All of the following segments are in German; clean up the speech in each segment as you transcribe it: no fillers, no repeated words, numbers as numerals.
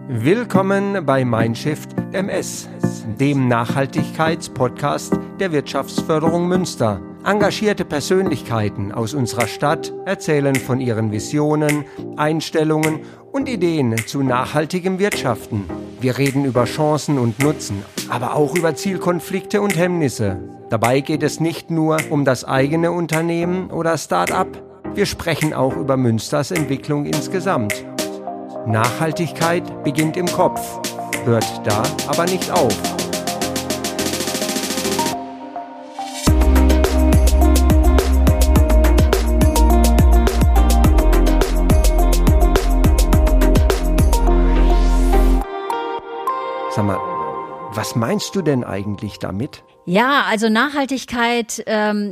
Willkommen bei Mindshift MS, dem Nachhaltigkeitspodcast der Wirtschaftsförderung Münster. Engagierte Persönlichkeiten aus unserer Stadt erzählen von ihren Visionen, Einstellungen und Ideen zu nachhaltigem Wirtschaften. Wir reden über Chancen und Nutzen, aber auch über Zielkonflikte und Hemmnisse. Dabei geht es nicht nur um das eigene Unternehmen oder Start-up. Wir sprechen auch über Münsters Entwicklung insgesamt. Nachhaltigkeit beginnt im Kopf, hört da aber nicht auf. Sag mal, was meinst du denn eigentlich damit? Ja, also Nachhaltigkeit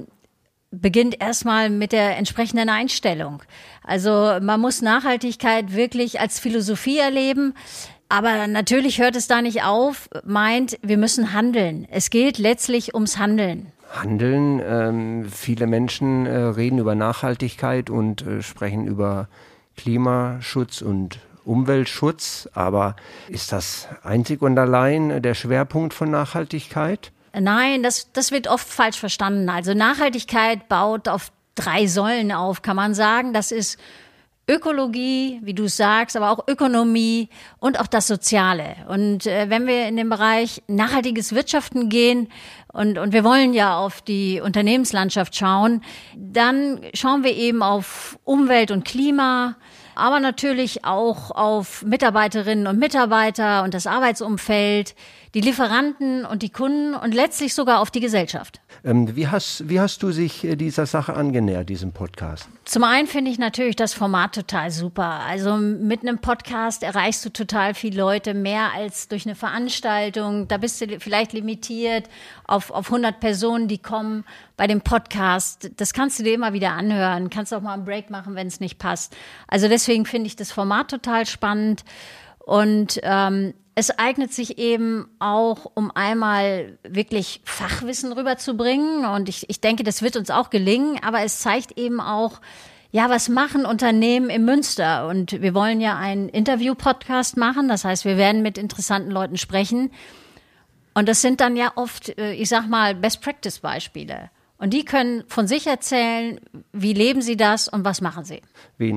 beginnt erstmal mit der entsprechenden Einstellung. Also man muss Nachhaltigkeit wirklich als Philosophie erleben, aber natürlich hört es da nicht auf, meint, wir müssen handeln. Es geht letztlich ums Handeln. Handeln, viele Menschen reden über Nachhaltigkeit und sprechen über Klimaschutz und Umweltschutz, aber ist das einzig und allein der Schwerpunkt von Nachhaltigkeit? Nein, das wird oft falsch verstanden. Also Nachhaltigkeit baut auf 3 Säulen auf, kann man sagen. Das ist Ökologie, wie du es sagst, aber auch Ökonomie und auch das Soziale. Und wenn wir in den Bereich nachhaltiges Wirtschaften gehen und wir wollen ja auf die Unternehmenslandschaft schauen, dann schauen wir eben auf Umwelt und Klima, aber natürlich auch auf Mitarbeiterinnen und Mitarbeiter und das Arbeitsumfeld, die Lieferanten und die Kunden und letztlich sogar auf die Gesellschaft. Wie hast du sich dieser Sache angenähert, diesem Podcast? Zum einen finde ich natürlich das Format total super. Also mit einem Podcast erreichst du total viele Leute, mehr als durch eine Veranstaltung. Da bist du vielleicht limitiert auf 100 Personen, die kommen. Bei dem Podcast, das kannst du dir immer wieder anhören. Kannst auch mal einen Break machen, wenn es nicht passt. Also deswegen finde ich das Format total spannend. Und es eignet sich eben auch, um einmal wirklich Fachwissen rüberzubringen. Und ich denke, das wird uns auch gelingen. Aber es zeigt eben auch, ja, was machen Unternehmen in Münster? Und wir wollen ja einen Interview-Podcast machen. Das heißt, wir werden mit interessanten Leuten sprechen. Und das sind dann ja oft, ich sag mal, Best-Practice-Beispiele. Und die können von sich erzählen, wie leben sie das und was machen sie.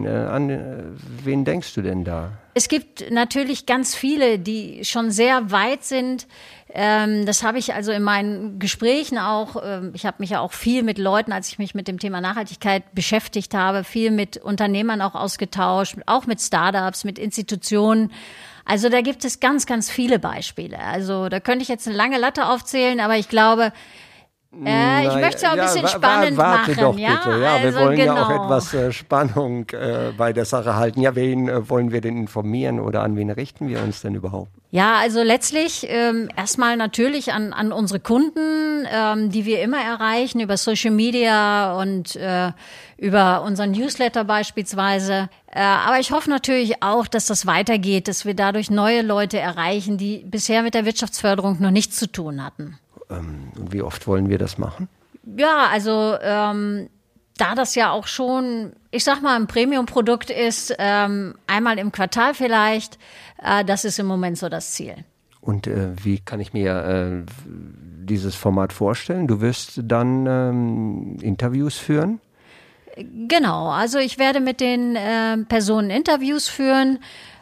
An wen denkst du denn da? Es gibt natürlich ganz viele, die schon sehr weit sind. Das habe ich also in meinen Gesprächen auch. Ich habe mich ja auch viel mit Leuten, als ich mich mit dem Thema Nachhaltigkeit beschäftigt habe, viel mit Unternehmern auch ausgetauscht, auch mit Startups, mit Institutionen. Also da gibt es ganz, ganz viele Beispiele. Also da könnte ich jetzt eine lange Latte aufzählen, aber ich glaube, ich möchte es auch ein bisschen spannend warte machen. Doch bitte. Ja, also wir wollen genau. ja auch etwas Spannung bei der Sache halten. Ja, wen wollen wir denn informieren oder an wen richten wir uns denn überhaupt? Ja, also letztlich erstmal natürlich an unsere Kunden, die wir immer erreichen über Social Media und über unseren Newsletter beispielsweise. Aber ich hoffe natürlich auch, dass das weitergeht, dass wir dadurch neue Leute erreichen, die bisher mit der Wirtschaftsförderung noch nichts zu tun hatten. Und wie oft wollen wir das machen? Ja, also da das ja auch schon, ich sag mal, ein Premium-Produkt ist, einmal im Quartal vielleicht, das ist im Moment so das Ziel. Und wie kann ich mir dieses Format vorstellen? Du wirst dann Interviews führen? Genau, also ich werde mit den Personen Interviews führen.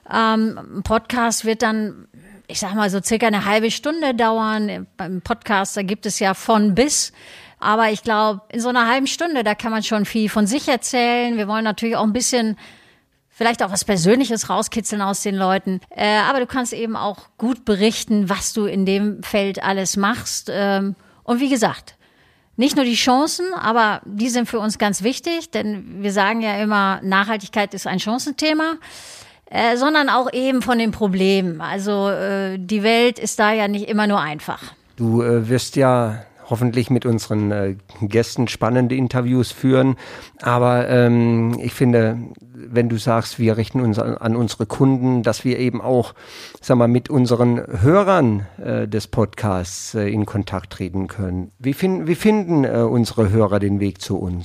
Ein Podcast wird dann, ich sag mal, so circa eine halbe Stunde dauern. Beim Podcast, da gibt es ja von bis. Aber ich glaube, in so einer halben Stunde, da kann man schon viel von sich erzählen. Wir wollen natürlich auch ein bisschen, vielleicht auch was Persönliches rauskitzeln aus den Leuten. Aber du kannst eben auch gut berichten, was du in dem Feld alles machst. Und wie gesagt, nicht nur die Chancen, aber die sind für uns ganz wichtig. Denn wir sagen ja immer, Nachhaltigkeit ist ein Chancenthema. Sondern auch eben von den Problemen. Also die Welt ist da ja nicht immer nur einfach. Du wirst ja hoffentlich mit unseren Gästen spannende Interviews führen. Aber ich finde, wenn du sagst, wir richten uns an unsere Kunden, dass wir eben auch, sag mal, mit unseren Hörern des Podcasts in Kontakt treten können. Wie finden unsere Hörer den Weg zu uns?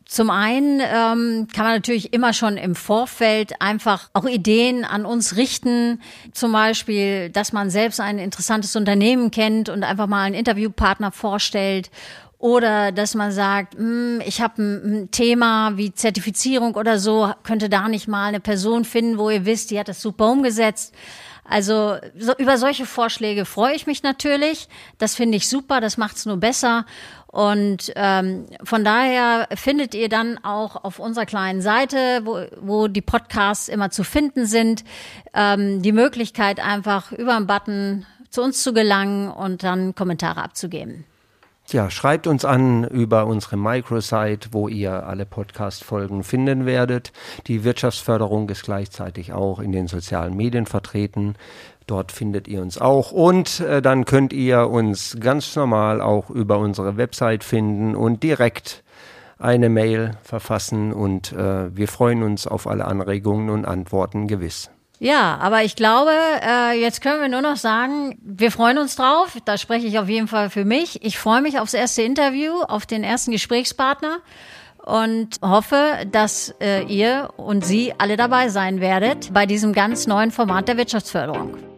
Zum einen kann man natürlich immer schon im Vorfeld einfach auch Ideen an uns richten. Zum Beispiel, dass man selbst ein interessantes Unternehmen kennt und einfach mal einen Interviewpartner vorstellt. Oder dass man sagt, ich habe ein Thema wie Zertifizierung oder so, könnte da nicht mal eine Person finden, wo ihr wisst, die hat das super umgesetzt. Also über solche Vorschläge freue ich mich natürlich. Das finde ich super, das macht's nur besser. Und von daher findet ihr dann auch auf unserer kleinen Seite, wo die Podcasts immer zu finden sind, die Möglichkeit einfach über einen Button zu uns zu gelangen und dann Kommentare abzugeben. Ja, schreibt uns an über unsere Microsite, wo ihr alle Podcast-Folgen finden werdet. Die Wirtschaftsförderung ist gleichzeitig auch in den sozialen Medien vertreten. Dort findet ihr uns auch. Und dann könnt ihr uns ganz normal auch über unsere Website finden und direkt eine Mail verfassen. Und wir freuen uns auf alle Anregungen und Antworten gewiss. Ja, aber ich glaube, jetzt können wir nur noch sagen, wir freuen uns drauf. Da spreche ich auf jeden Fall für mich. Ich freue mich aufs erste Interview, auf den ersten Gesprächspartner und hoffe, dass ihr und Sie alle dabei sein werdet bei diesem ganz neuen Format der Wirtschaftsförderung.